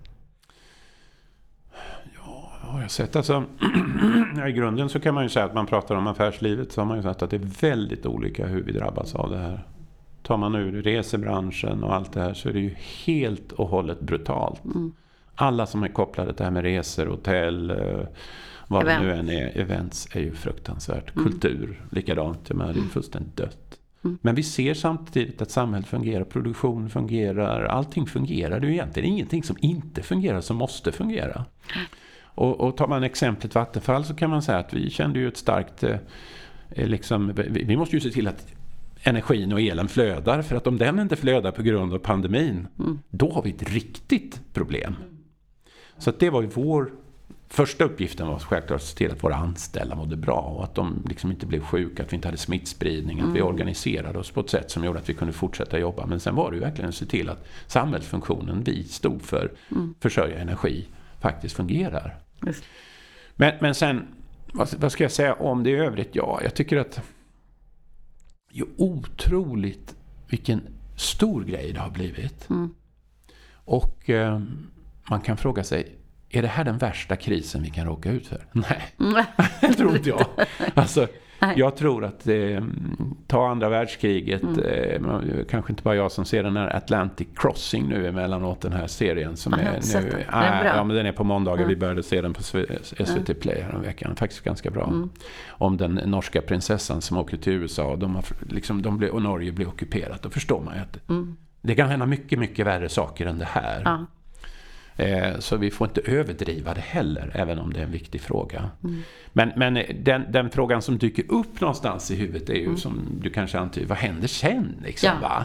Ja, jag har sett alltså i grunden så kan man ju säga att man pratar om affärslivet, så har man ju sett att det är väldigt olika hur vi drabbas av det här. Tar man nu resebranschen och allt det här så är det ju helt och hållet brutalt. Alla som är kopplade till det här med resor, hotell, vad det nu än är, events är ju fruktansvärt. Kultur, likadant, det är fullständigt dött. Men vi ser samtidigt att samhället fungerar, produktion fungerar, allting fungerar. Det är ju egentligen ingenting som inte fungerar som måste fungera. Och tar man exemplet Vattenfall så kan man säga att vi kände ju ett starkt, liksom, vi måste ju se till att energin och elen flödar, för att om den inte flödar på grund av pandemin, då har vi ett riktigt problem. Så att det var ju vår första uppgiften var självklart att se till att våra anställda mådde bra och att de liksom inte blev sjuka, att vi inte hade smittspridning, att vi organiserade oss på ett sätt som gjorde att vi kunde fortsätta jobba. Men sen var det ju verkligen att se till att samhällsfunktionen vi stod för, försörja energi, faktiskt fungerar. Just. Men sen, vad ska jag säga om det i övrigt? Ja, jag tycker att det är otroligt vilken stor grej det har blivit. Och man kan fråga sig, är det här den värsta krisen vi kan råka ut för? Nej, det tror inte jag. Alltså, jag tror att ta andra världskriget, kanske inte bara jag som ser den här Atlantic Crossing nu emellanåt, den här serien som är nu. Ja, men den är på måndagar, vi började se den på SVT Play här en veckan, faktiskt ganska bra. Om den norska prinsessan som åker till USA och och Norge blir ockuperat. Då förstår man ju att det kan hända mycket, mycket värre saker än det här. Ja. Så vi får inte överdriva det heller, även om det är en viktig fråga. Men den frågan som dyker upp någonstans i huvudet är ju som du kanske antyder, vad händer sen? Liksom, va?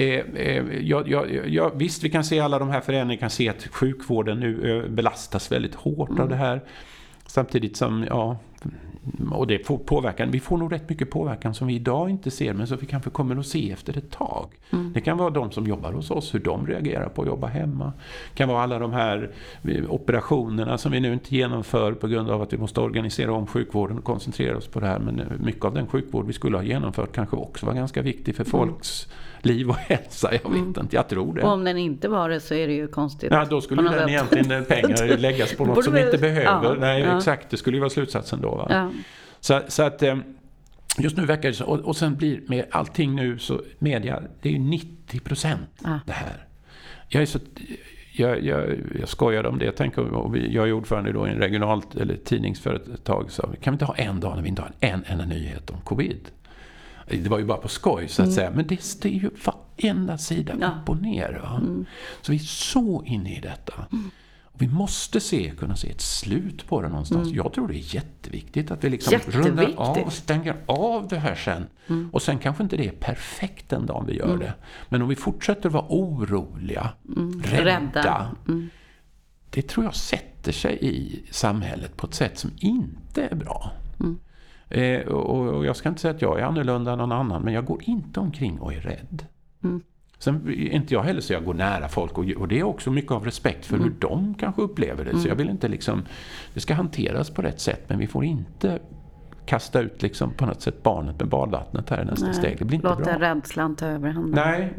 Visst, vi kan se alla de här förändringarna, vi kan se att sjukvården nu belastas väldigt hårt av det här. Samtidigt som, och det får påverkan. Vi får nog rätt mycket påverkan som vi idag inte ser, men som vi kanske kommer att se efter ett tag. Det kan vara de som jobbar hos oss, hur de reagerar på att jobba hemma. Det kan vara alla de här operationerna som vi nu inte genomför på grund av att vi måste organisera om sjukvården och koncentrera oss på det här. Men mycket av den sjukvård vi skulle ha genomfört kanske också var ganska viktig för folks liv och hälsa. Jag vet inte, jag tror det. Och om den inte var det så är det ju konstigt. Ja, då skulle den egentligen pengar läggas på något som vi inte behöver. Nej, exakt. Det skulle ju vara slutsatsen då, va? Ja. Så att just nu verkar det så. Och sen blir med allting nu så media, det är ju 90% det här. Jag skojade om det. Jag tänker, jag är ordförande då i en regionalt eller tidningsföretag, så kan vi inte ha en dag när vi inte har en enda nyhet om covid. Det var ju bara på skoj så att säga. Men det är ju varenda sida upp och ner. Va? Så vi är så inne i detta. Och vi måste kunna se ett slut på det någonstans. Jag tror det är jätteviktigt att vi liksom rundar av och stänger av det här sen. Och sen kanske inte det är perfekt den dagen vi gör det. Men om vi fortsätter vara oroliga, rädda. Det tror jag sätter sig i samhället på ett sätt som inte är bra. Och jag ska inte säga att jag är annorlunda än någon annan, men jag går inte omkring och är rädd. Sen är inte jag heller så jag går nära folk, och det är också mycket av respekt för hur de kanske upplever det. Så jag vill inte det ska hanteras på rätt sätt, men vi får inte kasta ut på något sätt barnet med badvattnet här i nästa steg. Det blir inte bra. Låta rädslan ta överhanden. Nej.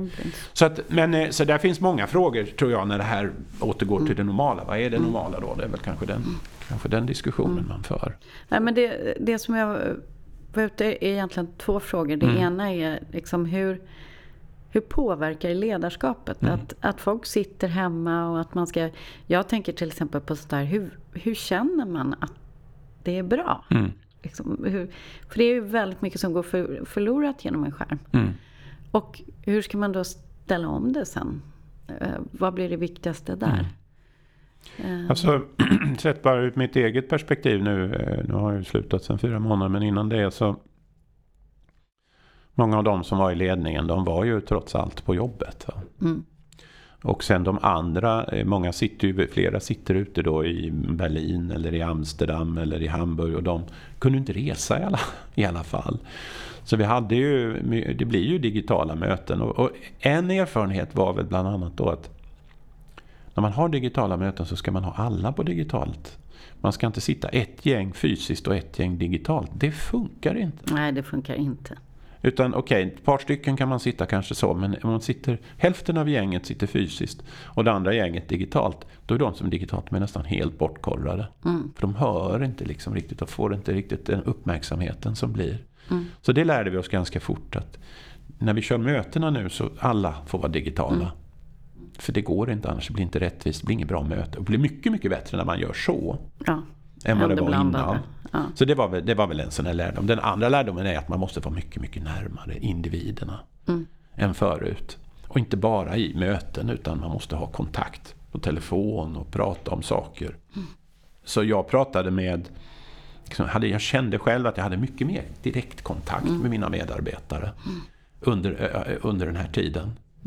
Så där finns många frågor tror jag när det här återgår till det normala. Vad är det normala då? Det är väl kanske den diskussionen man för. Nej, men det som jag var ute är egentligen två frågor. Det ena är hur påverkar ledarskapet? Att folk sitter hemma och att man ska... Jag tänker till exempel på sånt där, hur känner man att det är bra? För det är ju väldigt mycket som går förlorat genom en skärm. Och hur ska man då ställa om det sen? Vad blir det viktigaste där? Alltså, sett bara ut mitt eget perspektiv nu har jag ju slutat sedan 4 månader, men innan det så många av dem som var i ledningen, de var ju trots allt på jobbet. Va? Och sen de andra, flera sitter ute då i Berlin eller i Amsterdam eller i Hamburg, och de kunde inte resa i alla fall. Så det blir ju digitala möten, och en erfarenhet var väl bland annat då att när man har digitala möten så ska man ha alla på digitalt. Man ska inte sitta ett gäng fysiskt och ett gäng digitalt. Det funkar inte. Nej, det funkar inte. Utan ett par stycken kan man sitta kanske så, men om man hälften av gänget sitter fysiskt och det andra gänget digitalt, då är de som är digitalt med nästan helt bortkollrade. För de hör inte riktigt och får inte riktigt den uppmärksamheten som blir. Så det lärde vi oss ganska fort, att när vi kör mötena nu så alla får vara digitala. För det går inte, annars det blir inte rättvist, det blir inget bra möte. Det blir mycket, mycket bättre när man gör så än vad det var innan. Ja. Så det var väl en sån här lärdom. Den andra lärdomen är att man måste vara mycket, mycket närmare individerna än förut. Och inte bara i möten, utan man måste ha kontakt på telefon och prata om saker. Så jag pratade jag kände själv att jag hade mycket mer direktkontakt med mina medarbetare under den här tiden.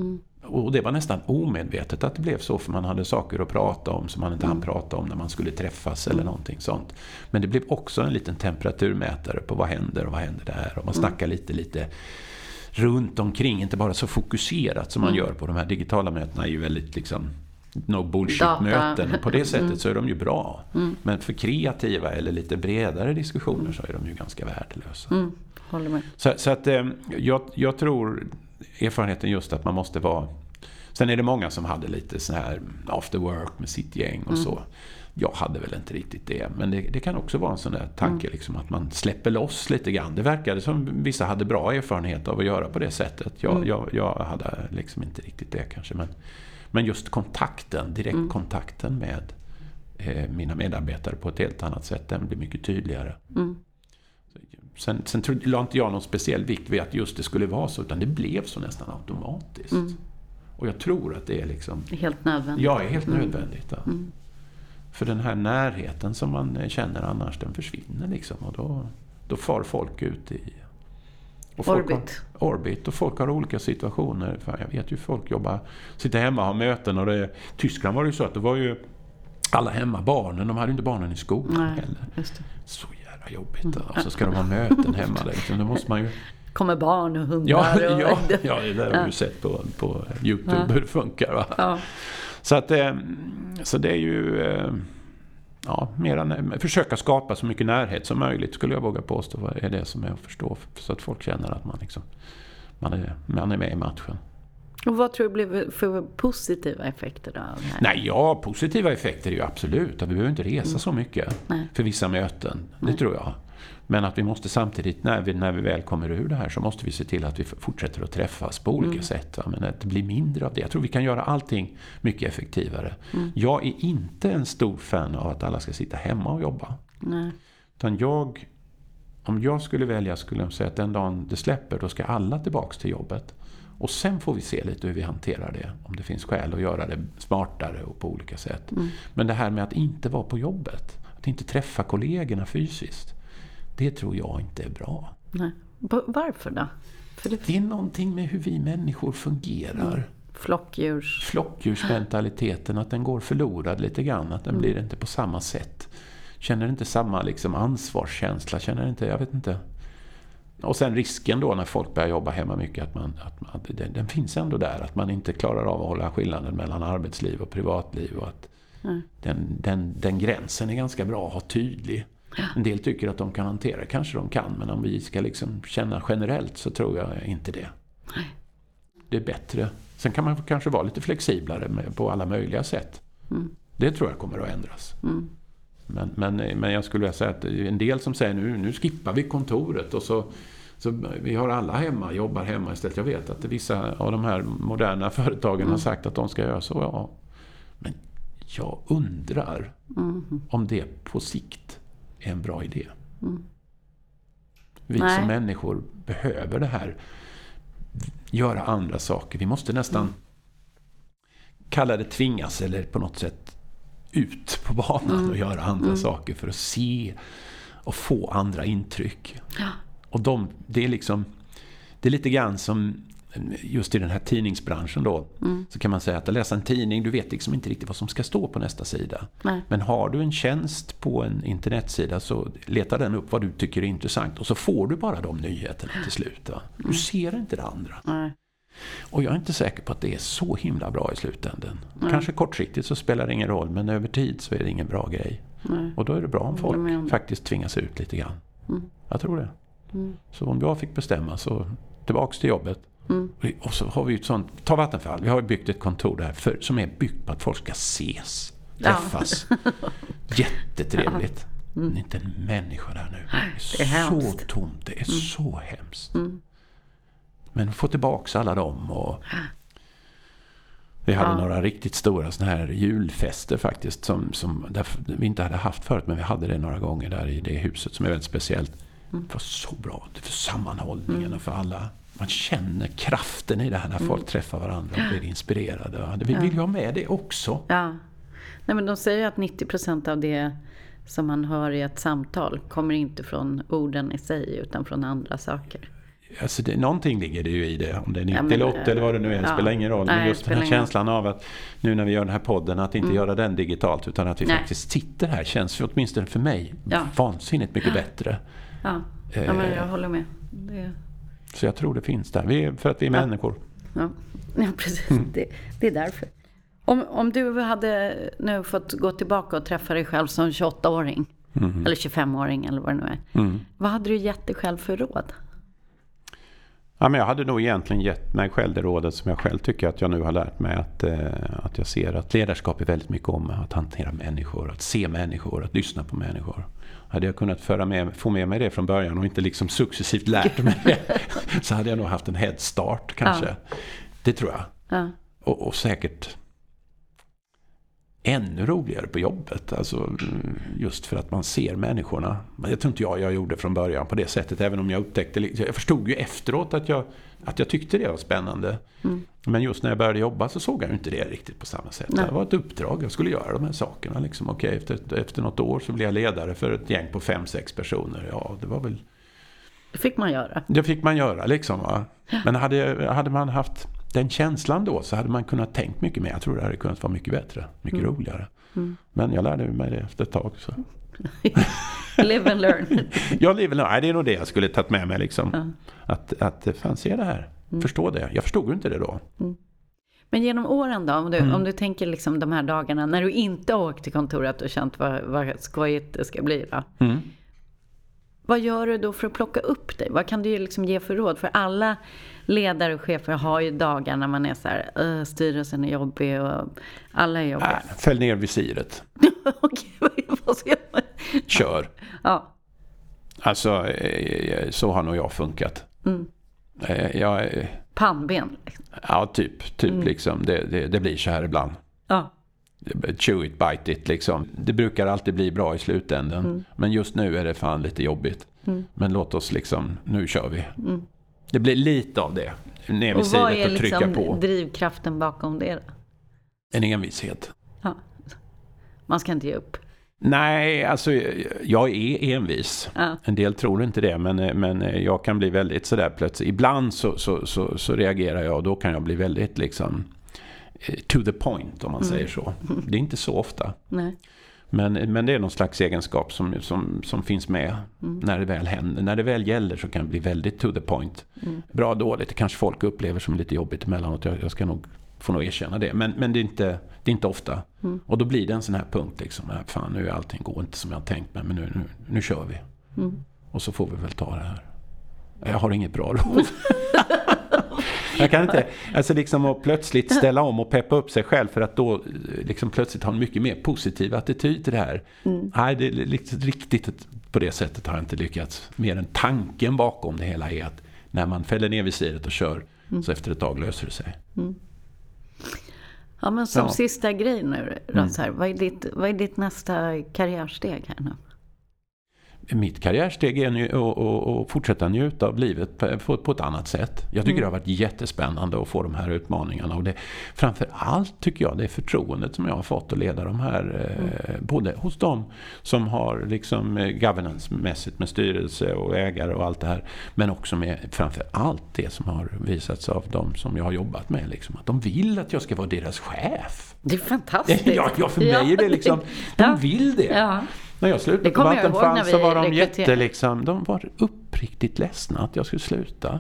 Och det var nästan omedvetet att det blev så, för man hade saker att prata om som man inte hann prata om när man skulle träffas eller någonting sånt. Men det blev också en liten temperaturmätare på vad händer och vad händer där. Och man snackar lite runt omkring, inte bara så fokuserat som man gör på de här digitala mötena, är ju väldigt liksom no bullshit-möten. På det sättet så är de ju bra. Men för kreativa eller lite bredare diskussioner så är de ju ganska värdelösa. Håller med. Så att jag tror erfarenheten just att man måste vara... Sen är det många som hade lite så här after work med sitt gäng och så. Jag hade väl inte riktigt det. Men det kan också vara en sån där tanke liksom, att man släpper loss lite grann. Det verkade som vissa hade bra erfarenhet av att göra på det sättet. Jag hade liksom inte riktigt det kanske. Men just kontakten, direktkontakten med mina medarbetare på ett helt annat sätt, den blir mycket tydligare. Sen la inte jag någon speciell vikt vid att just det skulle vara så, utan det blev så nästan automatiskt. Och jag tror att det är liksom... Helt nödvändigt. Ja, är helt nödvändigt. Ja. För den här närheten som man känner annars, den försvinner liksom. Och då far folk ut i... Orbit. Och folk har olika situationer. För jag vet ju, folk sitter hemma och har möten. Och Tyskland var det ju så att det var ju alla hemma, barnen. De hade inte barnen i skolan heller. Just det. Så jävla jobbigt. Och så ska de ha möten hemma. Liksom. Då måste man ju... Kommer barn och hundar. Ja, det där har du sett på YouTube hur det funkar. Va? Ja. Så det är ju... försöka skapa så mycket närhet som möjligt, skulle jag våga påstå, är det som jag förstår, så att folk känner att man är med i matchen. Och vad tror du blev för positiva effekter då? Positiva effekter är ju absolut att vi behöver inte resa så mycket för vissa möten, det tror jag. Men att vi måste samtidigt, när vi väl kommer ur det här, så måste vi se till att vi fortsätter att träffas på olika sätt. Va? Men att det blir mindre av det. Jag tror vi kan göra allting mycket effektivare. Jag är inte en stor fan av att alla ska sitta hemma och jobba. Nej. Utan om jag skulle välja, skulle jag säga att den dagen det släpper, då ska alla tillbaka till jobbet. Och sen får vi se lite hur vi hanterar det. Om det finns skäl att göra det smartare och på olika sätt. Men det här med att inte vara på jobbet, att inte träffa kollegorna fysiskt, det tror jag inte är bra. Nej. Varför då? För det är någonting med hur vi människor fungerar. Flockdjursmentaliteten, att den går förlorad lite grann. Att den blir inte på samma sätt. Känner inte samma liksom ansvarskänsla. Känner inte, jag vet inte. Och sen risken då när folk börjar jobba hemma mycket, att den finns ändå där. Att man inte klarar av att hålla skillnaden mellan arbetsliv och privatliv. Och att den gränsen är ganska bra att ha tydlig. En del tycker att de kan hantera, kanske de kan, men om vi ska liksom känna generellt så tror jag inte det. Nej. Det är bättre. Sen kan man kanske vara lite flexiblare på alla möjliga sätt. Det tror jag kommer att ändras. Men jag skulle säga att en del som säger nu skippar vi kontoret och så vi har alla hemma, jobbar hemma istället. Jag vet att vissa av de här moderna företagen har sagt att de ska göra så. Ja. Men jag undrar om det på sikt är en bra idé. Vi som människor behöver det här. Göra andra saker. Vi måste nästan kalla det tvingas eller på något sätt ut på banan och göra andra saker för att se och få andra intryck. Ja. Och det är lite grann som just i den här tidningsbranschen då, så kan man säga att läsa en tidning, du vet liksom inte riktigt vad som ska stå på nästa sida. Nej. Men har du en tjänst på en internetsida, så letar den upp vad du tycker är intressant och så får du bara de nyheterna till slut. Va? Du ser inte det andra. Nej. Och jag är inte säker på att det är så himla bra i slutändan. Kanske kortsiktigt så spelar det ingen roll, men över tid så är det ingen bra grej. Nej. Och då är det bra om folk faktiskt tvingas ut lite grann. Jag tror det. Så om jag fick bestämma, så tillbaks till jobbet. Och så har vi ett sånt, ta Vattenfall, vi har byggt ett kontor där som är byggt på att folk ska ses, träffas. Jättetrevligt. Men inte en människa där nu. Det är så hemskt. Tomt, det är så hemskt. Men få tillbaka alla dem. Och vi hade några riktigt stora såna här julfester faktiskt som vi inte hade haft förut, men vi hade det några gånger där i det huset som är väldigt speciellt. Det var så bra, det för sammanhållningen och för alla. Man känner kraften i det här när folk träffar varandra och blir inspirerade. Vi vill ju ha med det också. Ja. Nej, men de säger att 90% av det som man hör i ett samtal kommer inte från orden i sig utan från andra saker. Alltså någonting ligger det ju i det. Om det är 90 eller vad det nu är, spelar ingen roll. Men just den här känslan av att nu när vi gör den här podden, att inte göra den digitalt, utan att vi faktiskt sitter här, känns ju åtminstone för mig vansinnigt mycket bättre. Ja, men jag håller med. Så jag tror det finns där. För att vi är människor. Ja, precis. Det är därför. Om du hade nu fått gå tillbaka och träffa dig själv som 28-åring eller 25-åring eller vad det nu är. Vad hade du gett dig själv för råd? Ja, men jag hade nog egentligen gett mig själv det rådet som jag själv tycker att jag nu har lärt mig, att jag ser att ledarskap är väldigt mycket om att hantera människor, att se människor, att lyssna på människor. Hade jag kunnat få med mig det från början och inte liksom successivt lärt mig det, så hade jag nog haft en head start kanske. Ja. Det tror jag. Ja. Och säkert ännu roligare på jobbet. Alltså, just för att man ser människorna. Men jag tror inte jag gjorde från början på det sättet. Även om jag upptäckte... Jag förstod ju efteråt att jag tyckte det var spännande. Men just när jag började jobba så såg jag inte det riktigt på samma sätt. Nej. Det var ett uppdrag. Jag skulle göra de här sakerna. Liksom. Okej, efter något år så blev jag ledare för ett gäng på 5-6 personer. Ja, det var väl... Det fick man göra. Det fick man göra liksom. Va? Men hade man haft... den känslan då, så hade man kunnat tänkt mycket mer. Jag tror det hade kunnat vara mycket bättre, mycket roligare. Men jag lärde mig det efter ett tag. Så. Live and learn. Ja, live and learn. Nej, det är nog det jag skulle tagit med mig. Liksom. Att fan, se det här. Förstå det. Jag förstod ju inte det då. Men genom åren då, om du tänker liksom de här dagarna när du inte åkt till kontoret och känt vad skojigt det ska bli då. Vad gör du då för att plocka upp dig? Vad kan du liksom ge för råd? För alla ledare och chefer har ju dagar när man är så här, styrelsen är jobbig och alla är jobbiga. Fäll ner visiret. Okej, vad ska jag? Kör. Ja. Alltså, så har nog jag funkat. Pannben. Ja, typ liksom. Det blir så här ibland. Ja. Chew it, bite it liksom. Det brukar alltid bli bra i slutändan. Men just nu är det fan lite jobbigt. Men låt oss liksom, nu kör vi. Det blir lite av det. Ner vid sidan och trycka liksom på. Och vad är drivkraften bakom det då? En envishet. Ja. Man ska inte ge upp. Nej, alltså jag är envis. Ja. En del tror inte det, men jag kan bli väldigt sådär plötsligt. Ibland så reagerar jag och då kan jag bli väldigt liksom to the point, om man säger så. Det är inte så ofta. Nej. Men det är någon slags egenskap som finns med när det väl händer. När det väl gäller så kan det bli väldigt to the point. Bra, dåligt. Det kanske folk upplever som lite jobbigt emellanåt. Jag ska få nog erkänna det. Men det är inte ofta. Och då blir det en sån här punkt liksom. Fan, nu är allting går inte som jag har tänkt mig. Men nu kör vi. Och så får vi väl ta det här. Jag har inget bra råd. Jag kan inte, alltså liksom att plötsligt ställa om och peppa upp sig själv för att då liksom plötsligt ha en mycket mer positiv attityd till det här. Nej, det är riktigt på det sättet har jag inte lyckats. Mer än tanken bakom det hela är att när man fäller ner visiret och kör så efter ett tag löser det sig. Ja, men som sista grej nu, så här, vad är ditt nästa karriärsteg här nu? Mitt karriärsteg är att fortsätta njuta av livet på ett annat sätt. Jag tycker det har varit jättespännande att få de här utmaningarna. Och framför allt tycker jag det är förtroendet som jag har fått att leda de här, både hos dem som har liksom governance-mässigt med styrelse och ägare och allt det här. Men också med framför allt det som har visats av dem som jag har jobbat med. Liksom, att de vill att jag ska vara deras chef. Det är fantastiskt. Ja, för mig är det liksom, de vill det. Ja. När jag slutade på Vattenfall så var de de var uppriktigt ledsna att jag skulle sluta.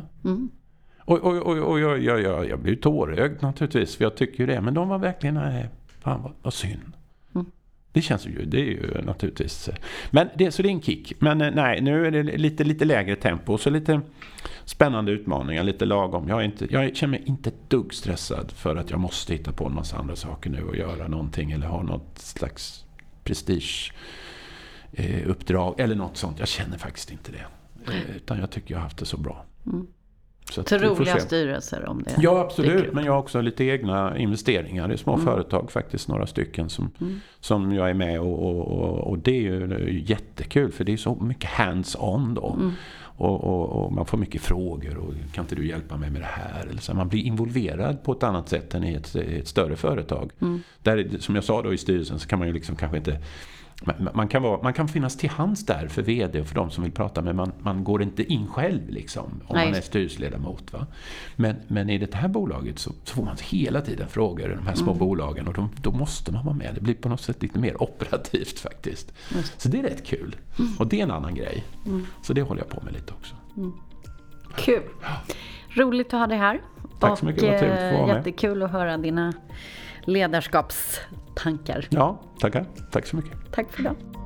Och jag blev tårögd naturligtvis, för jag tycker ju det. Men de var verkligen, fan vad synd. Det känns ju, det är ju naturligtvis. Men det är en kick. Men nej, nu är det lite lägre tempo. Så lite spännande utmaningar, lite lagom. Jag känner mig inte ett dugg stressad för att jag måste hitta på en massa andra saker nu och göra någonting eller ha något slags prestige uppdrag eller något sånt. Jag känner faktiskt inte det. Utan jag tycker jag har haft det så bra. Så till roliga styrelser om det. Ja, absolut. Men jag har också lite egna investeringar i små företag, faktiskt några stycken som jag är med och det är ju jättekul för det är så mycket hands-on då. Och man får mycket frågor och kan inte du hjälpa mig med det här? Eller så man blir involverad på ett annat sätt än i ett större företag. Där, som jag sa då i styrelsen, så kan man ju liksom kanske inte Man kan finnas till hands där för vd och för de som vill prata, men man går inte in själv liksom, om man är styrelseledamot. Va? Men i det här bolaget så får man hela tiden frågor i de här små bolagen, och då måste man vara med. Det blir på något sätt lite mer operativt faktiskt. Så det är rätt kul. Och det är en annan grej. Så det håller jag på med lite också. Kul. Roligt att ha dig här. Tack så mycket, vad trevligt att få vara med. Jättekul att höra dina ledarskapstankar. Ja, tackar. Tack så mycket. Tack för det.